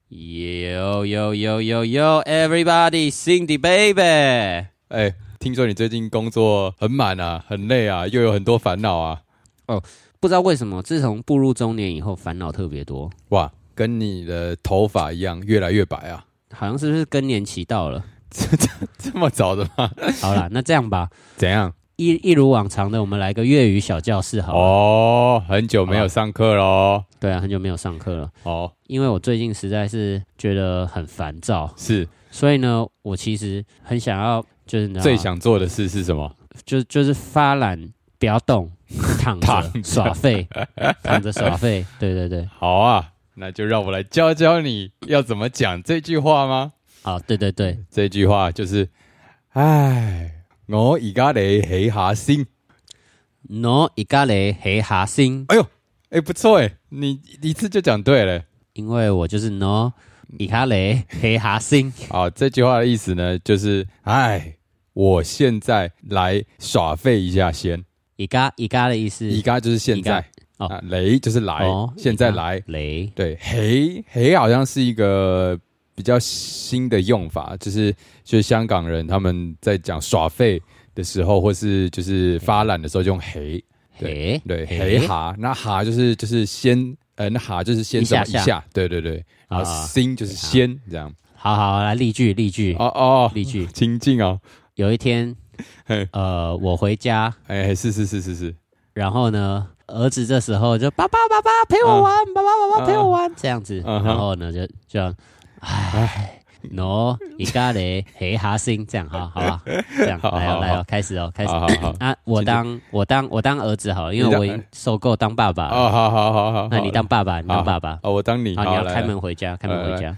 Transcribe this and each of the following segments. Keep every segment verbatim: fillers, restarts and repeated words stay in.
Yo yo yo yo yo everybody Cindy baby， 哎，听说你最近工作很满啊，很累啊，又有很多烦恼啊。 哦，不知道为什么，自从步入中年以后，烦恼特别多。 哇，跟你的头发一样，越来越白啊。 好像是不是更年期到了？ 这这这么早的吗？ 好啦，那这样吧， 怎样？ 一一如往常的，我们来个粤语小教室好了。 哦，很久没有上课咯。 对啊，很久没有上课了。 哦， 因为我最近实在是觉得很烦躁， 是， 所以呢，我其实很想要，就是你知道最想做的事是什么？ 就就是发懒，不要动，躺着耍废，躺着耍废。对对对， 好啊，那就让我来教教你要怎么讲这句话吗？ 好，对对对， 这句话就是，唉。我而家嚟起下先， 我而家嚟起下先。 哎呦，哎不错哎，你一次就讲对了。 因为我就是我而家嚟起下先。 好，这句话的意思呢，就是哎，我现在来耍废一下先。 而家而家的意思， 而家就是现在哦， 啊，嚟就是来，哦、现在来嚟。 对，起起好像是一个比较新的用法，就是就是香港人他们在讲耍废的时候，或是就是发懒的时候就用嘿，对对，嘿哈，那哈就是就是先呃，那哈就是先什么一下，一下对对对，然后心就是先这样。 好好来例句例句哦哦， 例句情境哦。 有一天，呃，我回家， 哎，是是是是是， 然后呢，儿子这时候就爸爸爸爸陪我玩，爸爸爸爸陪我玩这样子，然后呢就这样。唉，我而家嚟起下先，这样哈，好吧，这样来哦来哦，开始哦，开始。 好好好啊，我当我当我当儿子好了，因为我已经受够当爸爸了。 哦，好好好好， 那你当爸爸，你当爸爸。 哦，我当你。 好，你要开门回家，开门回家。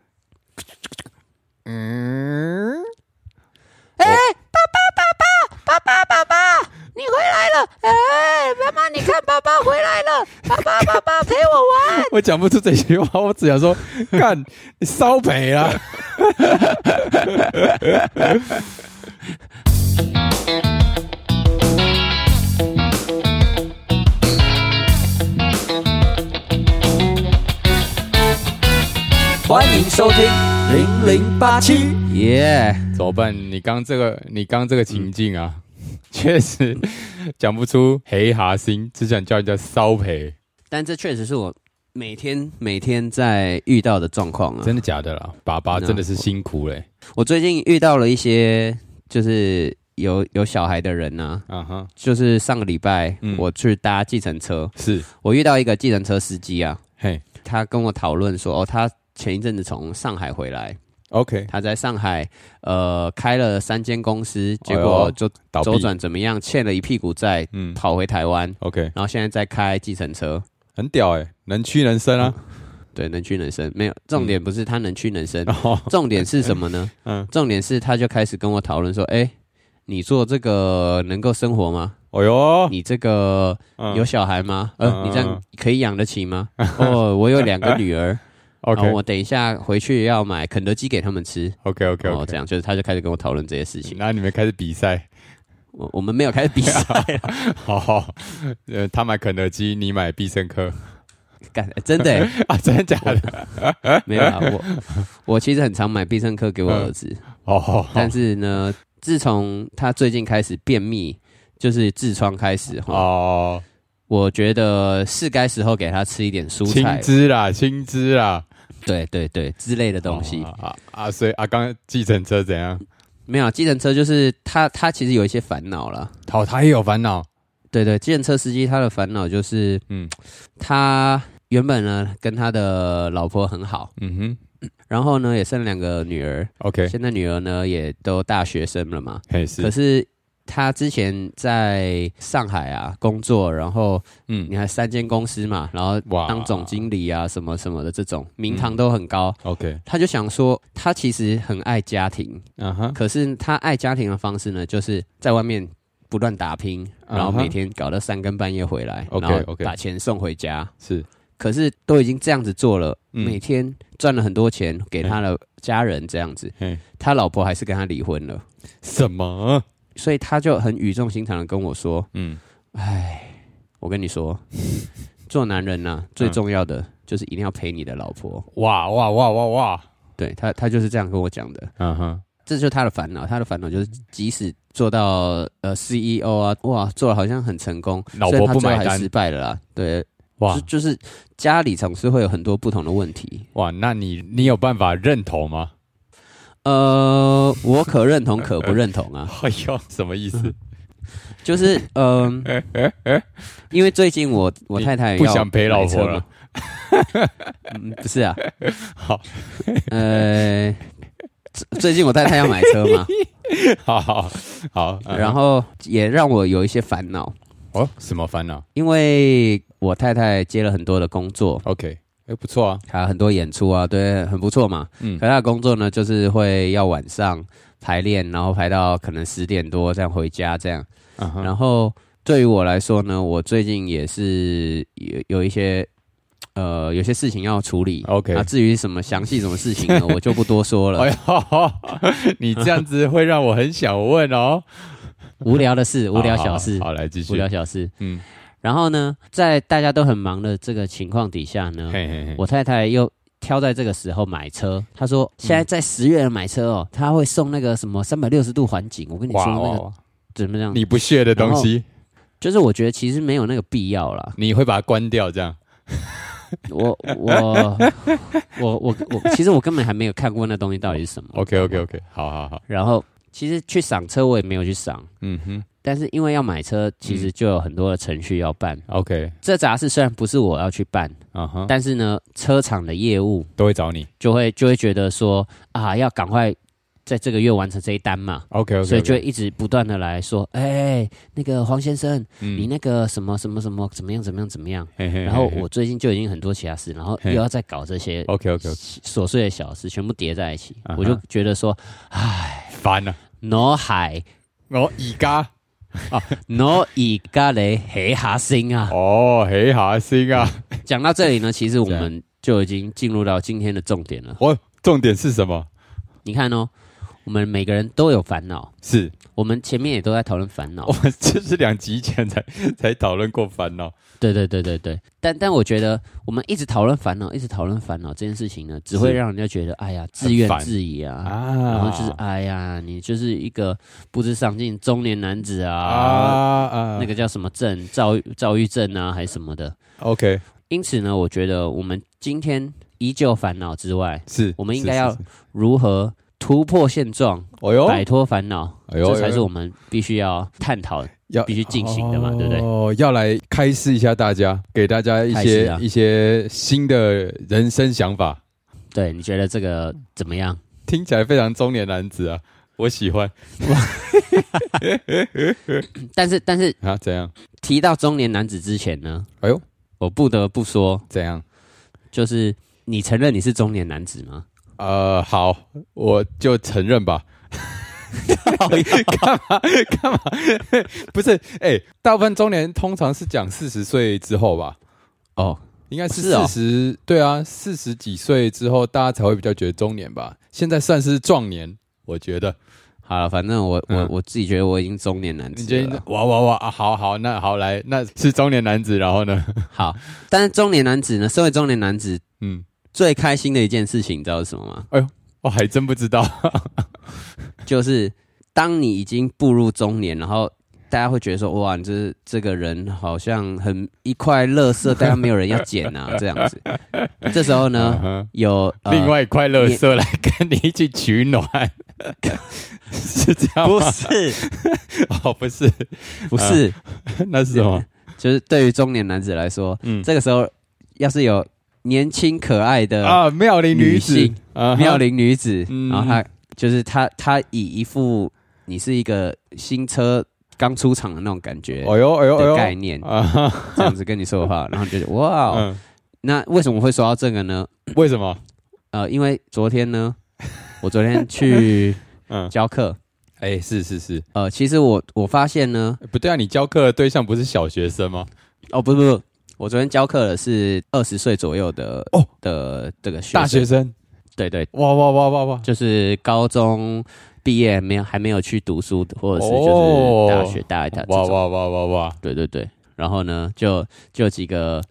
嗯，哎，爸爸爸爸爸爸爸爸，你回来了！哎，妈妈，你看，爸爸回来了！爸爸爸爸陪我玩。 我讲不出这句话，我只想说，干你烧赔了。 欢迎收听零零八七，耶！ 怎么办？你刚这个，你刚这个情境啊，确、嗯、实讲不出黑哈星，只想叫人家烧赔。 但这确实是我每天每天在遇到的状况啊！ 真的假的啦？爸爸真的是辛苦嘞、欸。 我最近遇到了一些就是有有小孩的人呢、啊， uh-huh. 就是上个礼拜、嗯、我去搭计程车， 是我遇到一个计程车司机啊， 嘿、hey. 他跟我讨论说，哦，他前一阵子从上海回来 ，OK， 他在上海呃开了三间公司，结果就周转怎么样，欠了一屁股债，嗯，跑回台湾 ，OK， 然后现在在开计程车， 很屌哎、欸，能屈能伸啊、嗯， 对，能屈能伸，没有重点不是他能屈能伸，嗯、重点是什么呢？嗯，重点是他就开始跟我讨论说，哎、欸，你做这个能够生活吗？ 哦哟， 你这个有小孩吗？嗯、呃，你这样可以养得起吗？哦，我有两个女儿。OK， 然后我等一下回去要买肯德基给他们吃。 OK OK OK， 哦，这样就是他就开始跟我讨论这些事情。 然后你们开始比赛， 我我们没有开始比赛。 好好，呃，他买肯德基，你买必胜客。 干，真的耶啊？真的假的？ 没有啊，我我其实很常买必胜客给我儿子。哦、嗯，但是呢，自从他最近开始便秘，就是痔疮开始哦。我觉得是该时候给他吃一点蔬菜， 青汁啦，青汁啦， 对对对，之类的东西、 哦、啊啊！所以啊，刚刚计程车怎样？ 没有，计程车就是他，他其实有一些烦恼啦。 好、哦，他也有烦恼。 对对，计程车司机他的烦恼就是，嗯，他原本呢跟他的老婆很好，嗯哼，然后呢也生了两个女儿 ，OK， 现在女儿呢也都大学生了嘛， 嘿是， 可是。他之前在上海啊工作，然后嗯，你看三间公司嘛，然后当总经理啊什么什么的，这种名堂都很高。嗯、OK， 他就想说，他其实很爱家庭，嗯哼，可是他爱家庭的方式呢，就是在外面不断打拼，然后每天搞到三更半夜回来， uh-huh. 然后把钱送回家。是，可是都已经这样子做了，嗯、每天赚了很多钱给他的家人，这样子，他老婆还是跟他离婚了。 什么？ 所以他就很语重心长的跟我说：“嗯，哎，我跟你说，做男人呐、啊，最重要的就是一定要陪你的老婆。 哇哇哇哇哇！ 对他，他就是这样跟我讲的。 嗯哼， 这就是他的烦恼。他的烦恼就是，即使做到呃 C E O 啊，哇，做的好像很成功， 老婆不买单， 还失败了啦。对， 哇， 就就是家里总是会有很多不同的问题。 哇，那你你有办法认同吗？ 呃，我可认同，可不认同啊。 哎呦，什么意思？ 就是嗯、呃，因为最近我我太太要不想陪老婆了。 嗯，不是啊。 好， 呃，最近我太太要买车嘛。 好好好， 然后也让我有一些烦恼。 哦，什么烦恼？ 因为我太太接了很多的工作。 OK。哎、欸，不错啊， 还有很多演出啊，对，很不错嘛。嗯，可他的工作呢，就是会要晚上排练，然后排到可能十点多这样回家这样。Uh-huh. 然后对于我来说呢，我最近也是有有一些呃有些事情要处理。 OK， 那、啊、至于什么详细什么事情呢，我就不多说了。 哎呦，你这样子会让我很想问哦。 无聊的事，无聊小事。 好, 好, 好，来继续。 无聊小事， 嗯。 然后呢，在大家都很忙的这个情况底下呢， 嘿嘿嘿， 我太太又挑在这个时候买车。她说现在在十月买车哦，她会送那个什么三百六十度环景。我跟你说那个怎么样？ 你不屑的东西， 就是我觉得其实没有那个必要啦。 你会把它关掉这样？ 我我我我我，其实我根本还没有看过那东西到底是什么。 OK OK OK， 好好好。 然后其实去赏车我也没有去赏，嗯哼。但是因为要买车，其实就有很多的程序要办。 嗯、OK， 这杂事虽然不是我要去办， uh-huh. 但是呢，车厂的业务都会找你， 就会就会觉得说啊，要赶快在这个月完成这一单嘛。 OK OK， 所以就会一直不断的来说，哎、欸，那个黄先生、嗯，你那个什么什么什么怎么样怎么样怎么样。嘿嘿嘿，然后我最近就已经很多其他事，然后又要再搞这些 OK OK 琐碎的小事，全部叠在一起， uh-huh. 我就觉得说，唉， 烦了。 我係我而家。 啊，我而家嚟起下先啊！ 哦，起下先啊！ 講到這裡呢，其實我們就已經進入到今天的重點了。 哦，重點是什麼？ 你看哦，我們每個人都有煩惱， 是我們前面也都在討論煩惱， 我們就是兩集前才才討論過煩惱。 對對對對對，但但我覺得我們一直討論煩惱，一直討論煩惱這件事情呢，只會讓人家覺得哎呀自怨自艾啊，啊，然後就是哎呀，你就是一個不知上進中年男子啊，啊啊那個叫什麼症，躁躁鬱症啊，還是什麼的。 OK， 因此呢，我覺得我們今天依舊煩惱之外， 是我們應該要如何突破現狀，哎呦，擺脫煩惱，哎呦，這才是我們必須要探討。要必須進行的嘛，對不對？ 哦，要來開示一下大家，給大家一些、啊、一些新的人生想法。 對，你覺得這個怎麼樣？ 聽起來非常中年男子啊，我喜歡。 但是但是啊，怎樣？ 提到中年男子之前呢？ 哎呦， 我不得不說， 怎樣？ 就是你承認你是中年男子嗎？ 呃，好，我就承認吧。幹嘛幹嘛？不是，哎、欸，大部分中年通常是講四十歲之後吧？ 哦， 應該是四十、哦，對啊，四十幾歲之後，大家才會比較覺得中年吧。現在算是壯年，我覺得。 好了，反正我、嗯、我我自己覺得我已經中年男子了。你覺得哇哇哇啊！好好，那好來，那是中年男子，然後呢？ 好，但是中年男子呢，身為中年男子，嗯，最開心的一件事情，你知道是什麼嗎？ 哎呦，我還真不知道。 就是當你已經步入中年，然後大家會覺得說，哇，你這這個人好像很一塊垃圾，大家沒有人要撿啊，這樣子。這時候呢， uh-huh. 有、呃、 另外一塊垃圾來跟你一起取暖，是這樣嗎？ 不是， 哦，不是， 不是， 呃、那是什麼？ 就是對於中年男子來說，嗯，這個時候要是有年輕可愛的啊妙齡女子， 妙齡女子，嗯、然後她。就是他，他以一副你是一個新車剛出廠的那種感覺的概念，這樣子跟你說的話，然後就覺得哇、嗯，那為什麼會說到這個呢？ 為什麼？ 呃，因為昨天呢，我昨天去教課， 哎、嗯欸，是是是， 呃，其實我我發現呢， 不對啊，你教課的對象不是小學生嗎？ 哦，不不不，我昨天教課的是二十歲左右的哦的這個學生大學生。 對對， 哇哇哇哇哇！ 就是高中畢業沒有還沒有去讀書，或者是就是大學大一大這種。 哇哇哇哇哇！ 對對對，然後呢，就就幾個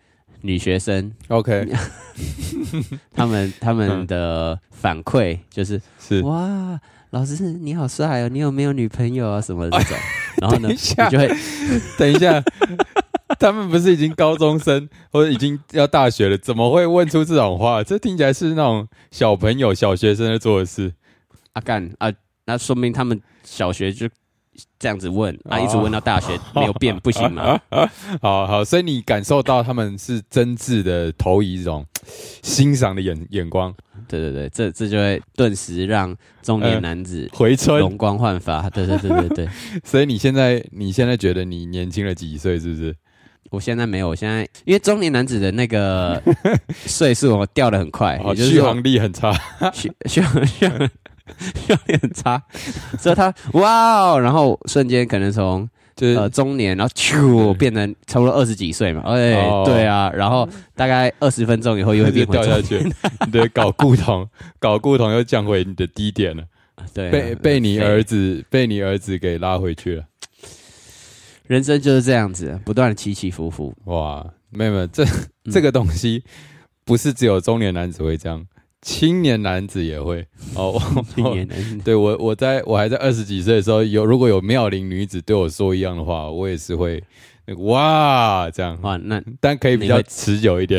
女学生 ，OK， 他们他们的反馈就是是哇，老师你好帅哦，你有没有女朋友啊什么的这种，然后呢，你就会等一下。他们不是已经高中生或者已经要大学了，怎么会问出这种话？这听起来是那种小朋友、小学生在做的事。 啊干啊，那说明他们小学就这样子问啊，一直问到大学没有变，不行吗？ 好好，所以你感受到他们是真挚的投以一种欣赏的眼眼光。 对对对，这这就会顿时让中年男子回春、 容光焕发。对对对对对。 所以你现在你现在觉得你年轻了几岁？是不是？ 我现在没有，我现在因为中年男子的那个岁数我掉得很快， 哦，续航力很差， 续续航续航续航力很差，所以他哇哦，然后瞬间可能从就是呃中年，然后咻变成差不多二十几岁嘛，哎、哦，对啊，然后大概二十分钟以后又会变回掉下去， 对，搞固酮，搞固酮又降回你的低点了， 对、啊， 被被你儿子被你儿子给拉回去了。 人生就是这样子，不断的起起伏伏。 哇，妹妹，这这个东西不是只有中年男子会这样，青年男子也会。哦， 青年男子， 对我，我在我还在二十几岁的时候，有如果有妙龄女子对我说一样的话，我也是会那个哇这样。 哇，那但可以比较持久一点。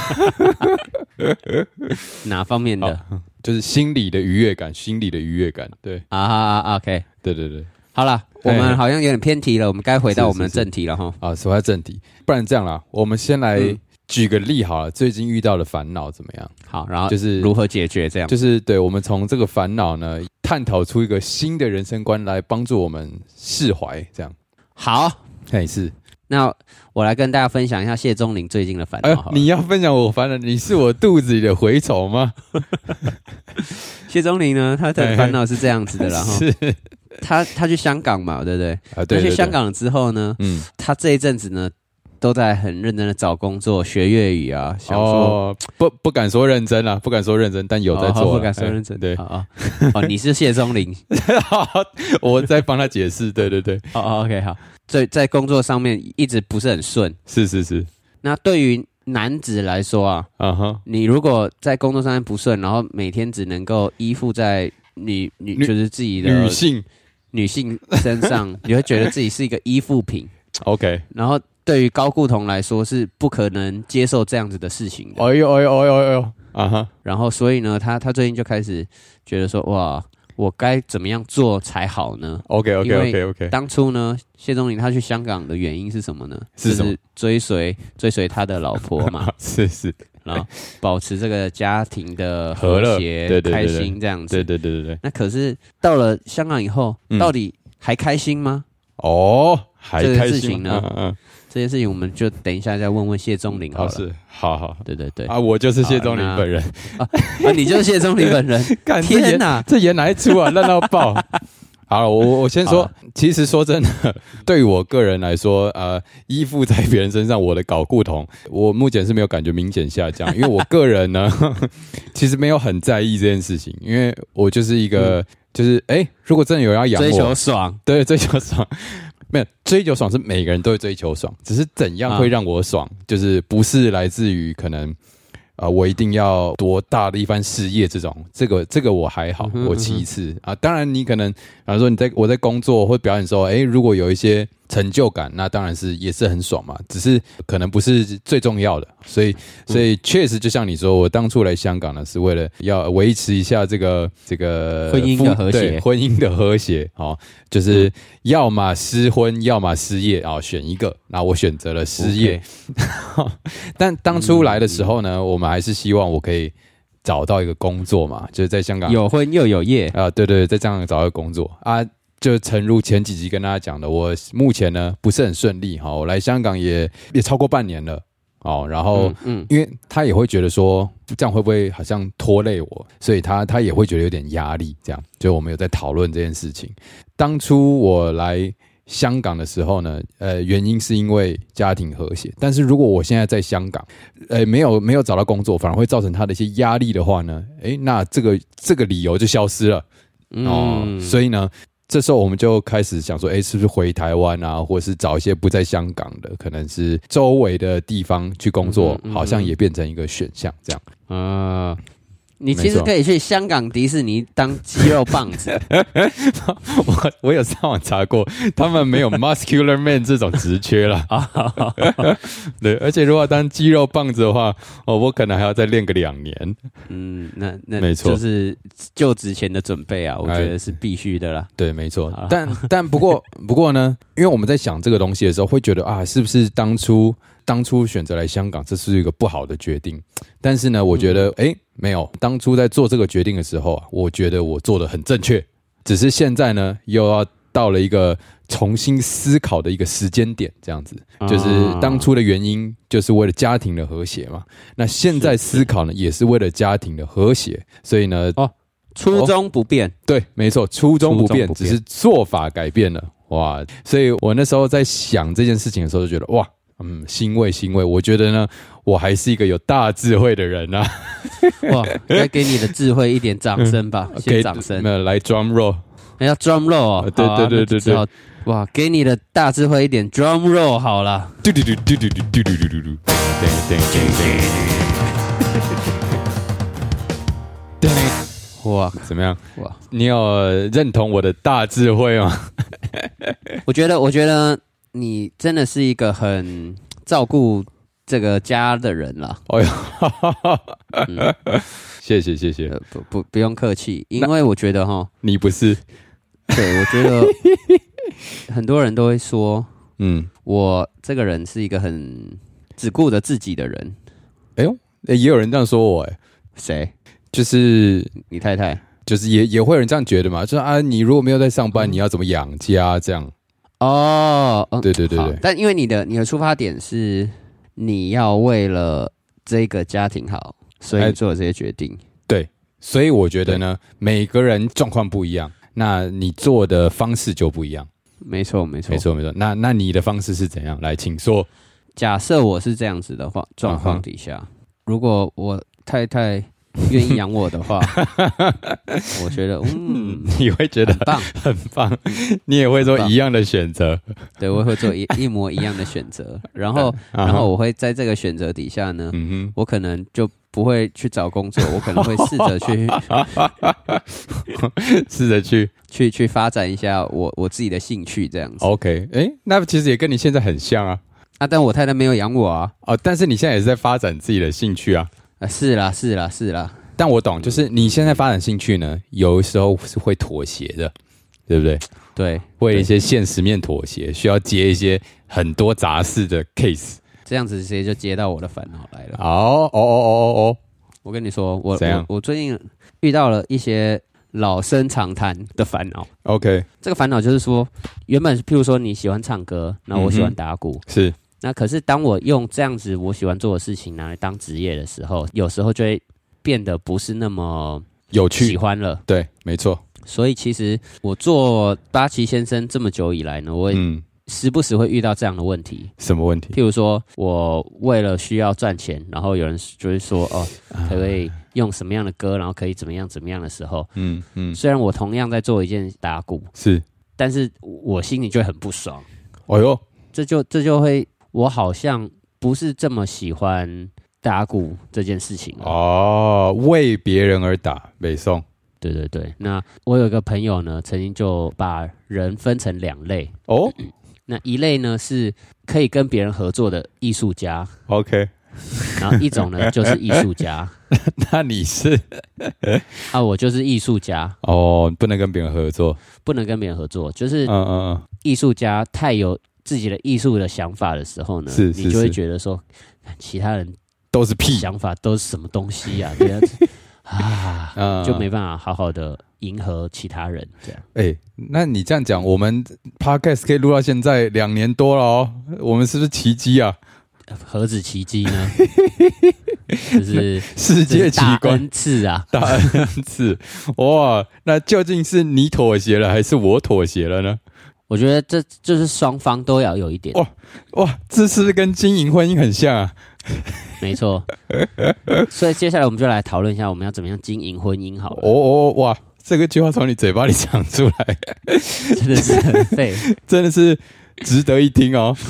哪方面的？ 就是心理的愉悦感，心理的愉悦感。对啊啊啊 ，OK， 对对对。 好了，我们好像有点偏题了，我们该回到我们的正题了哈。 啊，回到正题，不然这样啦，我们先来举个例好了，最近遇到的烦恼怎么样？ 好，然后就是如何解决这样？ 就是对，我们从这个烦恼呢，探讨出一个新的人生观来帮助我们释怀，这样。 好， 嘿是。 那我来跟大家分享一下谢钟林最近的烦恼、呃。 你要分享我烦恼，你是我肚子里的蛔虫吗？ 谢钟林呢，他的烦恼是这样子的啦， 是。 他他去香港嘛，对不对？ 啊，对, 对, 对。 他去香港之后呢，嗯，他这一阵子呢，都在很认真的找工作，学粤语啊，想说、 哦、不不敢说认真啊，不敢说认真，但有在做、 哦，不敢说认真。 对， 哦哦，你是谢钟林， 我在帮他解释，对对对。 哦哦 ，OK， 好，在在工作上面一直不是很顺， 是是是。 那对于男子来说啊，啊哈、uh-huh ，你如果在工作上面不顺，然后每天只能够依附在女女就是自己的女性。 女性身上，你会觉得自己是一个依附品。 OK， 然后对于高固酮来说是不可能接受这样子的事情的。 哎呦哎呦哎呦哎呦啊哈！ 然后所以呢，他他最近就开始觉得说，哇，我该怎么样做才好呢 ？OK OK OK OK。 当初呢，谢钟林他去香港的原因是什么呢？ 是什么？ 就是追随追随他的老婆嘛。 是是。 然后保持这个家庭的和谐、 对对对对开心这样子。 对对对对对。 那可是到了香港以后，嗯、到底还开心吗？ 哦，还开心这件事情呢？嗯嗯，这件事情我们就等一下再问问谢钟林好了。 哦、是，好好， 对对对。 啊，我就是谢钟林本人啊啊，你就是谢钟林本人。天哪， 这演哪一出啊？烂到爆！好了，我我先说，其实说真的，对于我个人来说，呃，依附在别人身上，我的睾固酮，我目前是没有感觉明显下降，因为我个人呢，其实没有很在意这件事情，因为我就是一个，嗯、就是哎、欸，如果真的有人要养我， 追求爽， 对，追求爽，没有追求爽是每个人都会追求爽，只是怎样会让我爽，啊、就是不是来自于可能。啊、呃，我一定要多大的一番事业，这种，这个这个我还好，我其次啊。当然，你可能，比方说你在我在工作或表演的时候，哎，如果有一些成就感，那当然是也是很爽嘛。只是可能不是最重要的，所以所以确实就像你说，我当初来香港呢，是为了要维持一下这个这个婚姻的和谐， 对婚姻的和谐，哦，就是要么失婚，要么失业啊、哦，选一个。那我选择了失业， okay. 但当初来的时候呢，嗯、我们还是希望我可以找到一个工作嘛，就是在香港有婚又有业啊，对对，在香港找到一个工作啊，就诚如前几集跟大家讲的，我目前呢不是很顺利，好，我来香港也也超过半年了，哦，然后嗯，嗯因为他也会觉得说这样会不会好像拖累我，所以他他也会觉得有点压力，这样，就我们有在讨论这件事情。当初我来香港的时候呢，呃，原因是因为家庭和谐。但是如果我现在在香港，呃，没有没有找到工作，反而会造成他的一些压力的话呢，诶，那这个这个理由就消失了。哦，嗯、所以呢， 这时候我们就开始想说，哎，是不是回台湾啊，或是找一些不在香港的，可能是周围的地方去工作，嗯嗯嗯好像也变成一个选项这样。 啊、呃，你其实可以去香港迪士尼当肌肉棒子。 我我有上网查过，他们没有 muscular man 这种职缺啦。对，而且如果当肌肉棒子的话，哦，我可能还要再练个两年。 嗯，那那没错，就是就职前的准备啊，我觉得是必须的啦。 对，没错。但但不过不过呢，因为我们在想这个东西的时候，会觉得啊，是不是当初当初选择来香港，这是一个不好的决定？但是呢，我觉得，哎、嗯，没有，当初在做这个决定的时候啊，我觉得我做得很正确。只是现在呢，又要到了一个重新思考的一个时间点，这样子，就是当初的原因就是为了家庭的和谐嘛。那现在思考呢，也是为了家庭的和谐，所以呢， 哦，初衷不变，哦、 对，没错，初衷不变，只是做法改变了，哇！所以我那时候在想这件事情的时候，就觉得哇，嗯，欣慰欣慰。我觉得呢，我还是一个有大智慧的人啊！ 哇，该给你的智慧一点掌声吧，嗯、先掌声。 那来 drum roll。 要 drum roll 哦， 对对对对对， 哇，给你的大智慧一点 drum roll 好了。嘟嘟嘟嘟嘟嘟嘟嘟嘟嘟嘟，哇， 怎么样？哇，你有认同我的大智慧吗？ 我觉得，我觉得你真的是一个很照顾这个家的人啦。哎呦， 嗯、谢谢谢谢， 呃、不不不用客气，因为我觉得哈， 你不是。 对，我觉得很多人都会说，嗯，我这个人是一个很只顾着自己的人。 哎呦，也有人这样说我，哎， 谁？ 就是你太太， 就是也也会有人这样觉得嘛，就是啊，你如果没有在上班，嗯、你要怎么养家？这样。 哦，嗯、 对对对对。 但因为你的你的出发点是你要为了这个家庭好，所以做了这些决定。 对，所以我觉得呢，每个人状况不一样。那你做的方式就不一样， 没错，没错， 没错，没错。那那你的方式是怎样？来，请说。 假设我是这样子的话，状况底下， uh-huh. 如果我太太愿意养我的话，我觉得，嗯， 你会觉得很棒， 很棒。你也会做一样的选择， 对，我会做一一模一样的选择。然后， uh-huh. 然后我会在这个选择底下呢，嗯哼，我可能就。不会去找工作，我可能会试着去， 试着去去去发展一下我我自己的兴趣，这样子。 OK， 哎、欸，那其实也跟你现在很像啊。 啊，但我太太没有养我啊。 哦，但是你现在也是在发展自己的兴趣啊。 啊，是啦，是啦，是啦。 但我懂，就是你现在发展兴趣呢，有时候是会妥协的，对不对？ 对， 为一些现实面妥协，需要接一些很多杂事的 case。 这样子直接就接到我的烦恼来了。 哦哦哦哦哦！ 我跟你说，我我我最近遇到了一些老生常谈的烦恼。 OK， 这个烦恼就是说，原本譬如说你喜欢唱歌，然后我喜欢打鼓， 嗯、是。 那可是当我用这样子我喜欢做的事情拿来当职业的时候，有时候就会变得不是那么有趣、 喜欢了。 对，没错。 所以其实我做八旗先生这么久以来呢，我也、嗯。时不时会遇到这样的问题。 什么问题？ 譬如说，我为了需要赚钱，然后有人就会说，哦，可不可以用什么样的歌，然后可以怎么样怎么样的时候，嗯嗯，虽然我同样在做一件打鼓， 是， 但是我心里就会很不爽。 哎呦， 这就这就会，我好像不是这么喜欢打鼓这件事情哦，为别人而打，北宋。 对对对，那我有一个朋友呢，曾经就把人分成两类哦。那一类呢是可以跟别人合作的艺术家 ，OK， 然后一种呢就是艺术家。 那你是啊，我就是艺术家哦，不能跟别人合作， 不能跟别人合作，就是嗯嗯嗯，艺术家太有自己的艺术的想法的时候呢，是是是你就会觉得说，其他人都是屁想法，都是什么东西呀、啊？对啊。啊、嗯，就没办法好好的迎合其他人这样。 哎、欸，那你这样讲，我们 podcast 可以录到现在两年多了哦，我们是不是奇迹啊？ 何止奇迹呢？就是世界奇观，大恩赐啊， 大恩赐！哇，那究竟是你妥协了，还是我妥协了呢？ 我觉得这就是双方都要有一点。 哇哇，这是不是跟经营婚姻很像啊？ 没错，所以接下来我们就来讨论一下，我们要怎么样经营婚姻好了。 哦哦哇， 这个句话从你嘴巴里讲出来， 真的是很废， 真的是值得一听哦。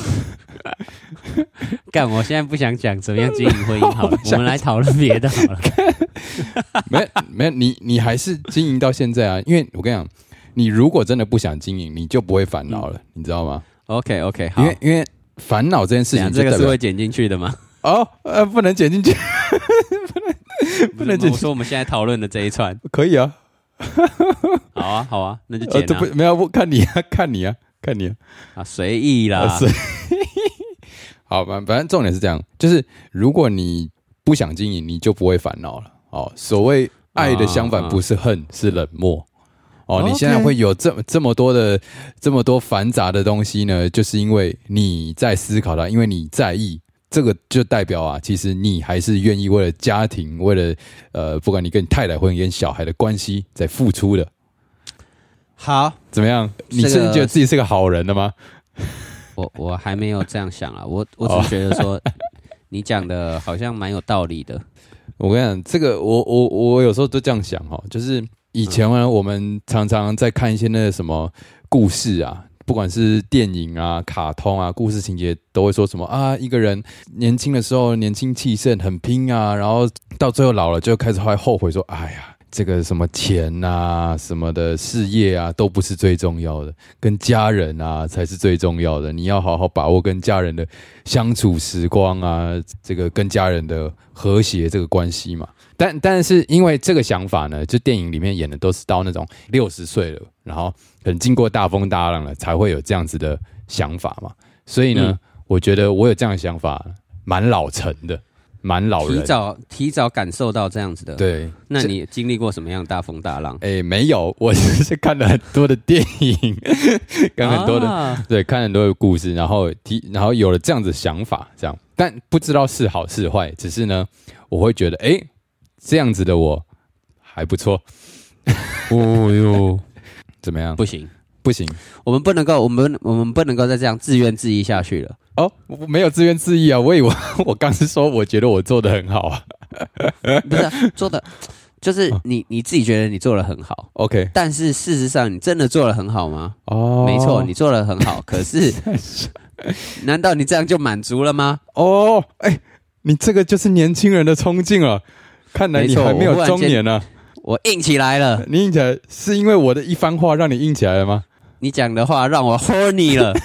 干，我现在不想讲怎么样经营婚姻好了，我们来讨论别的好了。 没没有，你你还是经营到现在啊？因为我跟你讲，你如果真的不想经营，你就不会烦恼了，嗯、你知道吗 ？OK OK， 好， 因为因为烦恼这件事情， 这个是会剪进去的吗？ 哦，呃，不能剪进去，不能不能剪进去。 我说我们现在讨论的这一串可以啊。 好啊好啊，那就剪啊。 呃、不没有，我看你啊，看你啊，看你啊， 啊，随意啦。 啊、好，反反正重点是这样，就是如果你不想经营，你就不会烦恼了。哦，所谓爱的相反不是恨，啊、是冷漠。哦，你现在会有这么这么多的这么多繁杂的东西呢，就是因为你在思考它，因为你在意，这个就代表啊，其实你还是愿意为了家庭，为了呃，不管你跟你太太或者跟小孩的关系在付出的。 好， 怎么样？你是觉得自己是个好人了吗？ 我我还没有这样想啊，我我只是觉得说，哦、你讲的好像蛮有道理的。 我跟你讲，这个我我我有时候都这样想哈，就是以前呢，我们常常在看一些那个什么故事啊，不管是电影啊、卡通啊，故事情节都会说什么啊，一个人年轻的时候年轻气盛，很拼啊，然后到最后老了就开始会后悔说，哎呀。这个什么钱啊，什么的事业啊，都不是最重要的，跟家人啊才是最重要的。你要好好把握跟家人的相处时光啊，这个跟家人的和谐这个关系嘛。但但是因为这个想法呢，就电影里面演的都是到那种六十岁了，然后可能经过大风大浪了，才会有这样子的想法嘛。所以呢，嗯、我觉得我有这样的想法，蛮老成的。蛮老人， 提早提早感受到这样子的。 对， 那你经历过什么样的大风大浪？ 哎、欸，没有，我只是看了很多的电影，看很多的、啊、对，看很多的故事，然后提，然后有了这样子想法，这样，但不知道是好是坏，只是呢，我会觉得，哎、欸，这样子的我还不错。哦哟，怎么样？ 不行。 不行， 我们不能够，我们我们不能够再这样自怨自艾下去了。 哦，我没有自怨自艾啊，我以为我刚是说，我觉得我做的很好啊， 不是、啊、做的，就是你你自己觉得你做的很好 ，OK， 但是事实上你真的做的很好吗？ 哦， 没错，你做的很好，可是，难道你这样就满足了吗？ 哦，哎、欸，你这个就是年轻人的冲劲了，看来你还没有中年呢、啊。 我硬起来了， 你硬起来是因为我的一番话让你硬起来了吗？ 你讲的话让我 horny 了，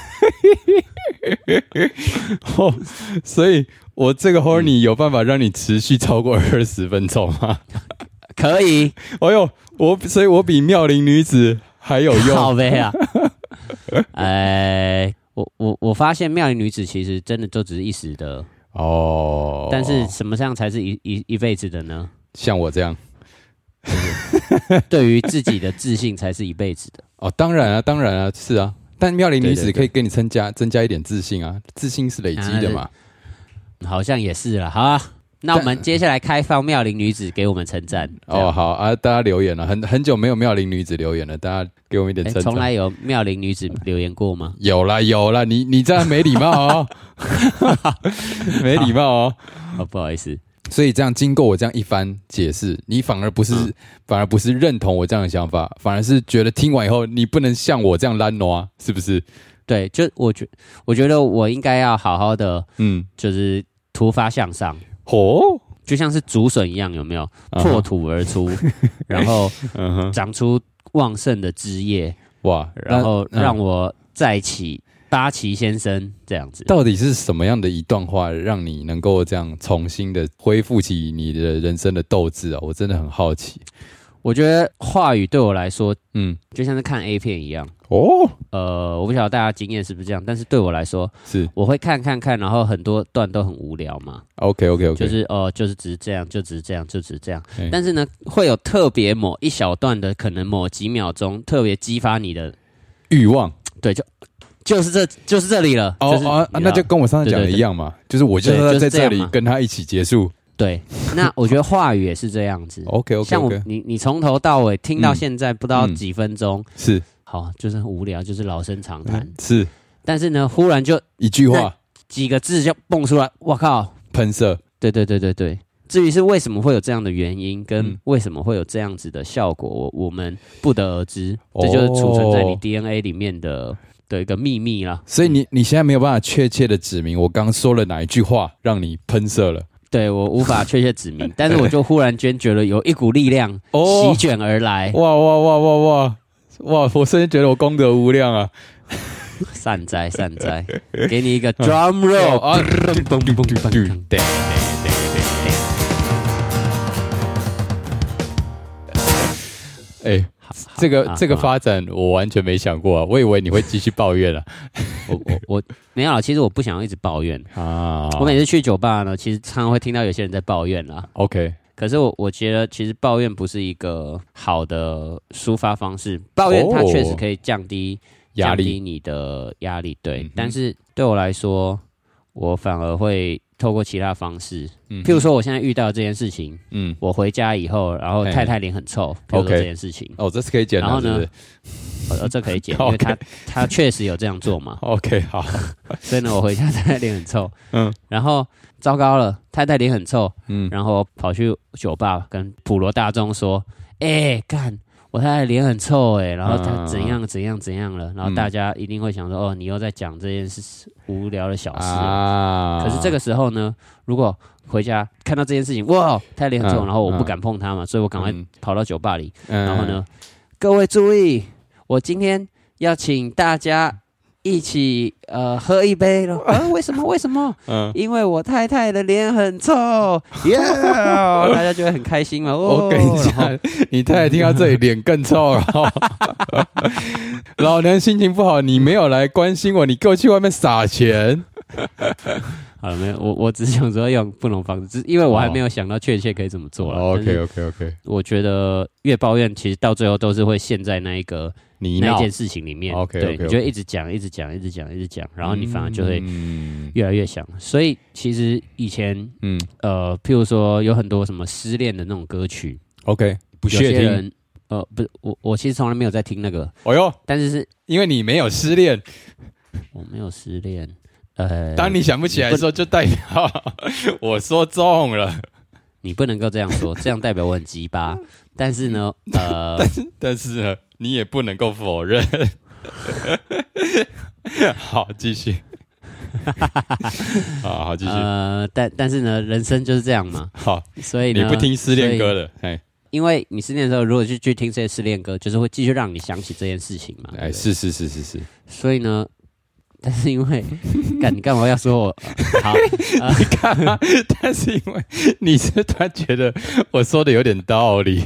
哦，所以我这个 horny 有办法让你持续超过二十分钟吗？ 可以。 哎呦，我所以我比妙龄女子还有用。 好呗啊！哎，我我我发现妙龄女子其实真的就只是一时的哦，但是什么样才是一一一辈子的呢？ 像我这样。 对于自己的自信才是一辈子的哦，当然啊，当然啊，是啊。但妙龄女子可以给你增加增加一点自信啊，自信是累积的嘛。 啊、好像也是啦。好啊，那我们接下来开放妙龄女子给我们称赞。 哦，好啊，大家留言了，很很久没有妙龄女子留言了，大家给我们一点称赞。 从来有妙龄女子留言过吗？ 有啦有啦，你你这样没礼貌哦，没礼貌哦。 哦，不好意思。 所以这样经过我这样一番解释，你反而不是、嗯、反而不是认同我这样的想法，反而是觉得听完以后你不能像我这样懒惰，是不是？ 对，就我觉我觉得我应该要好好的，嗯，就是突发向上，哦，就像是竹笋一样，有没有破土而出，然后长出旺盛的枝叶，哇，然后让我再起。八旗先生这样子， 到底是什么样的一段话让你能够这样重新的恢复起你的人生的斗志啊？我真的很好奇。 我觉得话语对我来说，嗯，就像是看 A 片一样哦。呃，我不晓得大家经验是不是这样，但是对我来说，是我会看看看，然后很多段都很无聊嘛。 OK OK OK， 就是哦、呃，就是只是这样，就只是这样，就只是这样。欸、但是呢，会有特别某一小段的，可能某几秒钟特别激发你的欲望， 对，就。就是这就是这里了， 哦、 就是、 啊，那就跟我上次讲的一样嘛，对对对，就是我就是在这里跟他一起结束。 对，那我觉得话语也是这样子。 OK OK， 像我你你从头到尾听到现在不到几分钟、嗯， 是好，就是很无聊，就是老生常谈、嗯。 是， 但是呢，忽然就一句话， 几个字就蹦出来，我靠， 喷射。 对对对对对， 至于是为什么会有这样的原因，跟为什么会有这样子的效果，我我们不得而知。这就是储存在你 D N A 里面的的一个秘密啦。 所以你你现在没有办法确切的指明我刚说了哪一句话让你喷射了。 对，我无法确切指明，但是我就忽然间觉得有一股力量席卷而来。 哇哇哇哇哇哇！我瞬间觉得我功德无量啊！ 善哉善哉，给你一个 drum roll 啊！ 哎，这个这个发展我完全没想过啊！我以为你会继续抱怨啊。 我我我没有啦，其实我不想要一直抱怨啊。我每次去酒吧呢，其实常常会听到有些人在抱怨啦。 OK， 可是我我觉得其实抱怨不是一个好的抒发方式，抱怨它确实可以降低压力，降低你的压力，对。嗯、但是对我来说，我反而会透过其他方式，嗯、譬如说我现在遇到这件事情，嗯，我回家以后，然后太太脸很臭，譬如说这件事情， 哦，这是可以剪的， 然后呢， 是是呃，这可以剪，因为他他确实有这样做嘛。 OK， 好， 所以呢，我回家太太脸很臭，嗯，然后糟糕了，太太脸很臭，嗯，然后跑去酒吧跟普罗大众说，哎、欸，干。我太太脸很臭哎、欸，然后她怎样怎样怎样了，然后大家一定会想说，哦，你又在讲这件事无聊的小事、啊。可是这个时候呢，如果回家看到这件事情，哇，太太脸很臭，然后我不敢碰她嘛，所以我赶快跑到酒吧里，然后呢，各位注意，我今天要请大家一起呃喝一杯了啊？为什么？为什么？嗯，因为我太太的脸很臭，耶、yeah! 大家就会很开心嘛。哦、 我跟你讲，你太太听到这里脸更臭了。老娘心情不好，你没有来关心我，你给我去外面撒钱。 好了，没有，我我只想说用不同方式，因为我还没有想到确切可以怎么做了。 Oh, OK OK OK， 我觉得越抱怨，其实到最后都是会陷在那一个。你那件事情里面 ，OK， 对， okay, okay. 你就一直讲，一直讲，一直讲，一直讲，然后你反而就会越来越想。嗯、所以其实以前，嗯，呃，譬如说有很多什么失恋的那种歌曲 ，OK， 不屑听。 人呃，不是我，我其实从来没有在听那个。 哦哟， 但是是因为你没有失恋， 我没有失恋。呃， 当你想不起来的时候，就代表我说中了。 你不能够这样说，这样代表我很鸡巴。但是呢，呃， 但是但是呢，你也不能够否认。好，继续。好好继续。 呃，但但是呢，人生就是这样嘛。 好， 所以呢， 你不听失恋歌的，哎， 因为你失恋的时候，如果去去听这些失恋歌，就是会继续让你想起这件事情嘛。 哎，是是是是是。 所以呢。但是因为，干你干嘛要说我？好， 呃、你干嘛？但是因为你是突然觉得我说的有点道理。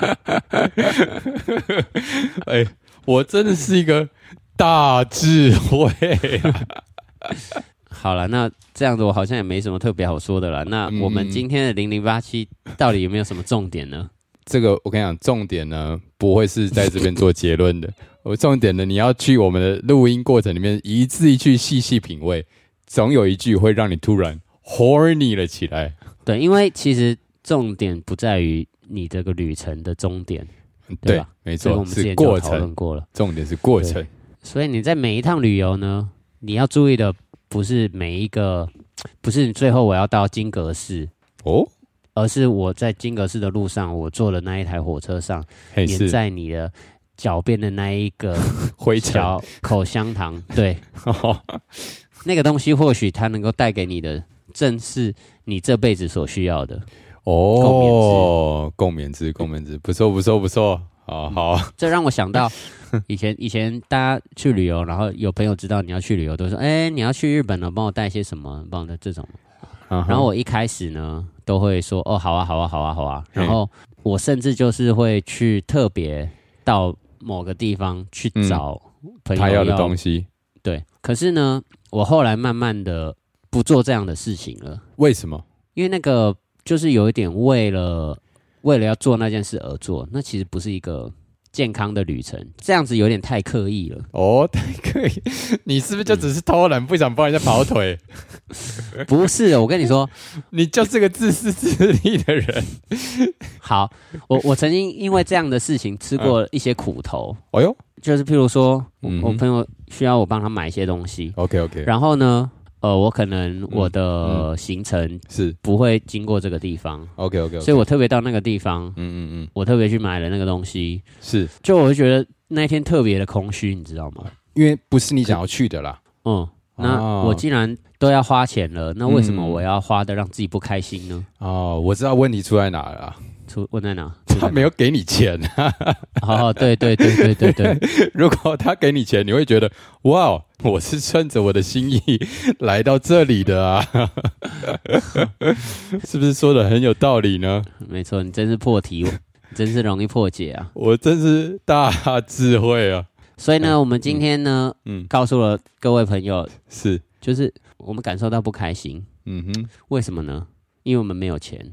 哎，我真的是一个大智慧、啊。 好了，那这样子我好像也没什么特别好说的了。那我们今天的零零八七到底有没有什么重点呢？ 这个我跟你讲，重点呢不会是在这边做结论的。我重点呢，你要去我们的录音过程里面一字一句细细品味，总有一句会让你突然 horny 了起来。 对，因为其实重点不在于你这个旅程的终点，对吧？ 对，没错， 我们之前就讨论过了。 重点是过程。 所以你在每一趟旅游呢，你要注意的不是每一个，不是最后我要到金阁寺哦，而是我在金阁寺的路上，我坐的那一台火车上，粘在你的脚边的那一个灰尘小口香糖，对，那个东西或许它能够带给你的，正是你这辈子所需要的哦。共勉之，共勉之，不错，不错，不错，好好、嗯。 这让我想到以前，以前大家去旅游，然后有朋友知道你要去旅游，都说：“哎、欸，你要去日本了，帮我带些什么？帮我的这种。Uh ” huh. 然后我一开始呢，都会说：“哦，好啊，好啊，好啊，好啊。”然后我甚至就是会去特别到某个地方去找朋友、嗯、 他要的东西。 对，可是呢，我后来慢慢的不做这样的事情了。 为什么？ 因为那个就是有一点为了为了要做那件事而做，那其实不是一个健康的旅程，这样子有点太刻意了。 哦，太刻意，你是不是就只是偷懒，嗯、不想帮人家跑腿？ 不是，我跟你说， 你就是个自私自利的人。 好，我我曾经因为这样的事情吃过一些苦头。 哎呦， 就是譬如说，我, 我朋友需要我帮他买一些东西。 OK OK， 然后呢， 呃，我可能我的行程是不会经过这个地方。 OK OK， 所以我特别到那个地方， 嗯嗯嗯， 我特别去买了那个东西， 是， 就我会觉得那一天特别的空虚，你知道吗？ 因为不是你想要去的啦。 嗯，那我既然都要花钱了，那为什么我要花的让自己不开心呢？ 哦，我知道问题出在哪了啦。 出问在哪？ 他没有给你钱。 哦，对对对对对对。 如果他给你钱，你会觉得哇，我是趁着我的心意来到这里的啊，是不是说的很有道理呢？ 没错，你真是破题，真是容易破解啊！ 我真是大智慧啊！ 所以呢，嗯、我们今天呢，嗯，告诉了各位朋友， 是， 就是我们感受到不开心，嗯哼，为什么呢？因为我们没有钱。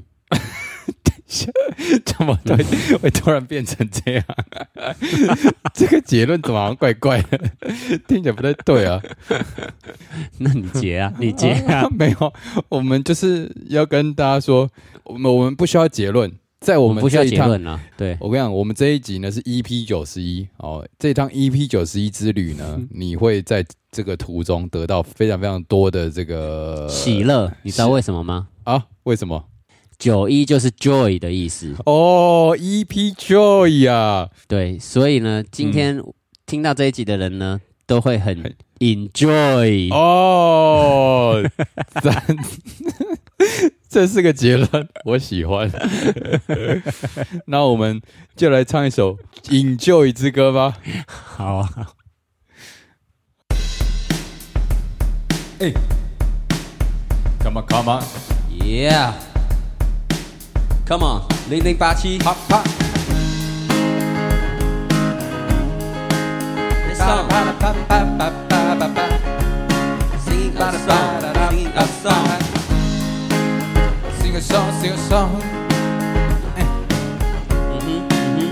怎么会会突然变成这样？这个结论怎么好像怪怪的？听起来不太对啊。 那你结啊，你结啊？ 啊没有，我们就是要跟大家说，我们我们不需要结论，在我们不需要结论啊。对， 我跟你讲，我们这一集呢是 E P 九十一哦，这趟 E P 九十一之旅呢，你会在这个途中得到非常非常多的这个喜乐，你知道为什么吗？ 啊，为什么？ 九一就是 joy 的意思哦 ，E P joy 啊， 对，所以呢，今天听到这一集的人呢，都会很 enjoy 哦，赞，这是个结论，我喜欢。那我们就来唱一首 Enjoy 之歌吧。 好啊， 哎 ，Come on, come on, yeah。Come on， 零零八七， 啪啪。 This song， sing a song，sing a song，sing a song，sing a song。嗯哼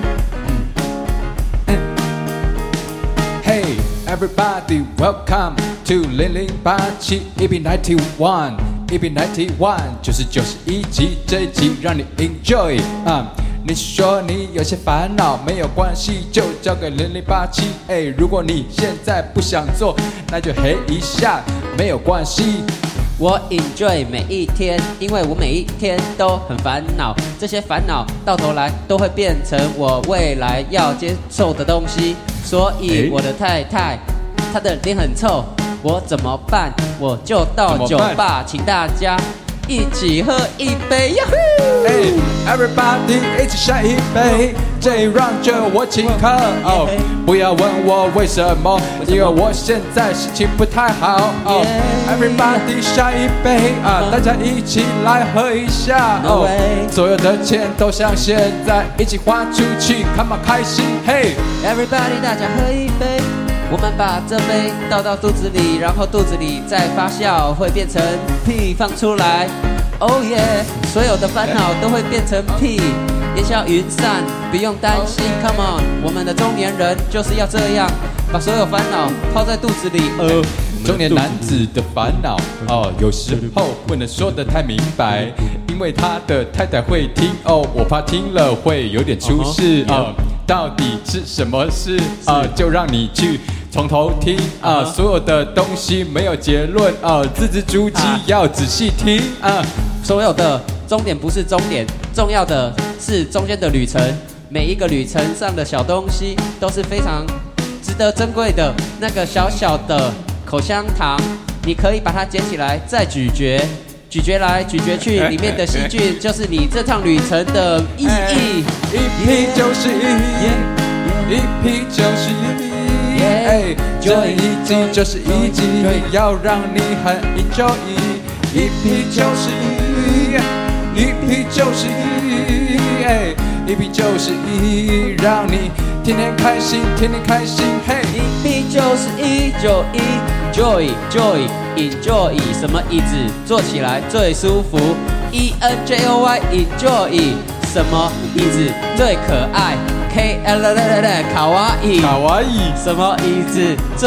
嗯哼。Hey everybody, welcome to 零零八七 E P ninety one。E P ninety one 就是九十一集，这一集让你 enjoy 啊、嗯！你说你有些烦恼，没有关系，就交给零零八七。哎，如果你现在不想做，那就嘿一下，没有关系。 我 enjoy 每一天，因为我每一天都很烦恼，这些烦恼到头来都会变成我未来要接受的东西。所以我的太太，她的脸很臭。我怎么办？我就到酒吧，请大家一起喝一杯呀！ 嘿 ，Everybody 一起上一杯，这一 round 就我请客哦！不要问我为什么，因为我现在心情不太好哦。Everybody 上一杯啊，大家一起来喝一下哦！所有的钱都像现在一起花出去 ，Come on 开心嘿 ！Everybody 大家喝一杯。我们把这杯倒到肚子里，然后肚子里再发酵，会变成屁放出来。Oh yeah， 所有的烦恼都会变成屁，烟消云散，不用担心。Come on， 我们的中年人就是要这样，把所有烦恼抛在肚子里。呃， 中年男子的烦恼哦，有时候不能说得太明白，因为他的太太会听哦，我怕听了会有点出事哦。到底是什么事啊？就让你去。从头听啊， uh, 所有的东西没有结论啊，字字珠玑要仔细听啊。 所有的终点不是终点，重要的是中间的旅程。每一个旅程上的小东西都是非常值得珍贵的。那个小小的口香糖，你可以把它捡起来再咀嚼，咀嚼来咀嚼去，里面的细菌就是你这趟旅程的意义。 一批就是一，一批就是一。哎，这一集就是一集，要让你很 enjoy。一批就是一，一批就是一，哎，一批就是一，让你天天开心，天天开心。嘿， 一批就是一，就一 joy joy enjoy， 什么椅子坐起来最舒服 ？E N J O Y enjoy， 什么椅子最可爱？ K L L L 卡哇伊， 卡哇伊， 什么椅子最？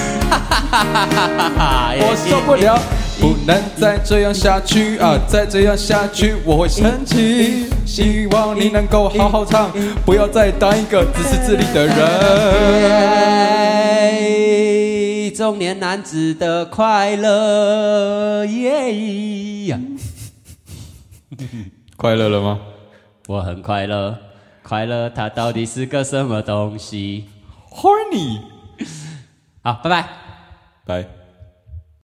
我受不了，不能再这样下去啊！再这样下去我会生气。希望你能够好好唱，不要再当一个自私自利的人。 于中年男子的快乐。耶！ 快乐了吗？ 我很快乐，快乐它到底是个什么东西 ？Horny。 好，拜拜， 拜。